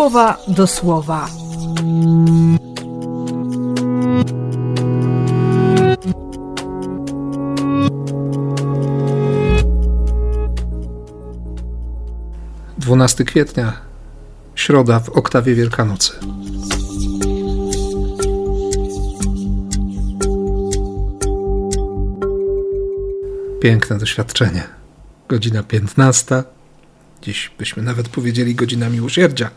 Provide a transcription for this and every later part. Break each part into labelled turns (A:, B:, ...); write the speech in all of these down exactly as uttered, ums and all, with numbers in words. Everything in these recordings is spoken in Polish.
A: słowa do słowa.
B: dwunastego kwietnia, środa w oktawie Wielkanocy. Piękne doświadczenie. Godzina piętnasta. Dziś byśmy nawet powiedzieli godzina miłosierdzia.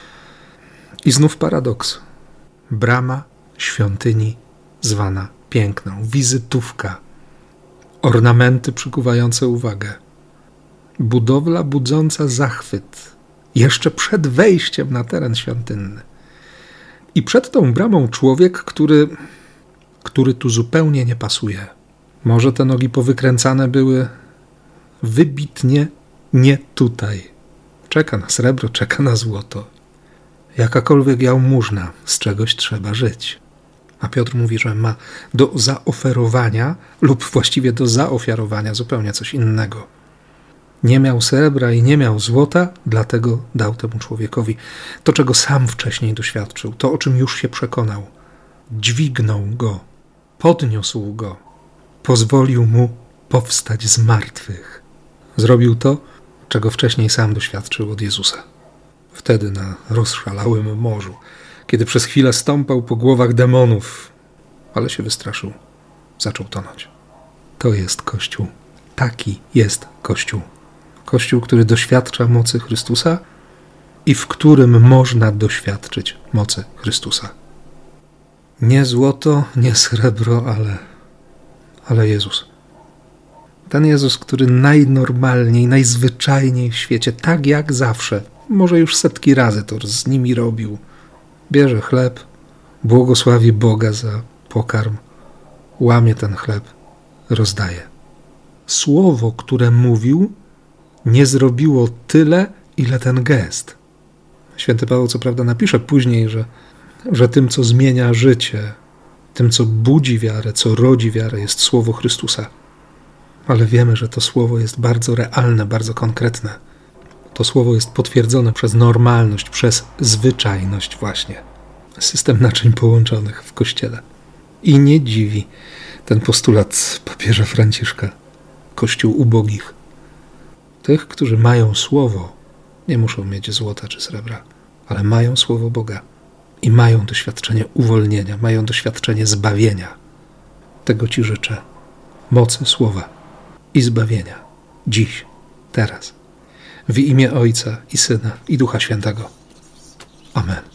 B: I znów paradoks. Brama świątyni zwana piękną. Wizytówka. Ornamenty przykuwające uwagę. Budowla budząca zachwyt. Jeszcze przed wejściem na teren świątynny. I przed tą bramą człowiek, który, który tu zupełnie nie pasuje. Może te nogi powykręcane były wybitnie nie tutaj. Czeka na srebro, czeka na złoto. Jakakolwiek jałmużna, z czegoś trzeba żyć. A Piotr mówi, że ma do zaoferowania lub właściwie do zaofiarowania zupełnie coś innego. Nie miał srebra i nie miał złota, dlatego dał temu człowiekowi to, czego sam wcześniej doświadczył, to, o czym już się przekonał. Dźwignął go, podniósł go, pozwolił mu powstać z martwych. Zrobił to, czego wcześniej sam doświadczył od Jezusa. Wtedy na rozszalałym morzu, kiedy przez chwilę stąpał po głowach demonów, ale się wystraszył, zaczął tonąć. To jest Kościół. Taki jest Kościół. Kościół, który doświadcza mocy Chrystusa i w którym można doświadczyć mocy Chrystusa. Nie złoto, nie srebro, ale, ale Jezus. Ten Jezus, który najnormalniej, najzwyczajniej w świecie, tak jak zawsze, może już setki razy to z nimi robił, bierze chleb, błogosławi Boga za pokarm, łamie ten chleb, rozdaje. Słowo, które mówił, nie zrobiło tyle, ile ten gest. Święty Paweł co prawda napisze później, że, że tym, co zmienia życie, tym, co budzi wiarę, co rodzi wiarę, jest słowo Chrystusa. Ale wiemy, że to słowo jest bardzo realne, bardzo konkretne. To słowo jest potwierdzone przez normalność, przez zwyczajność właśnie. System naczyń połączonych w Kościele. I nie dziwi ten postulat papieża Franciszka. Kościół ubogich. Tych, którzy mają słowo, nie muszą mieć złota czy srebra, ale mają słowo Boga i mają doświadczenie uwolnienia, mają doświadczenie zbawienia. Tego Ci życzę. Mocy słowa i zbawienia. Dziś, teraz. W imię Ojca i Syna i Ducha Świętego. Amen.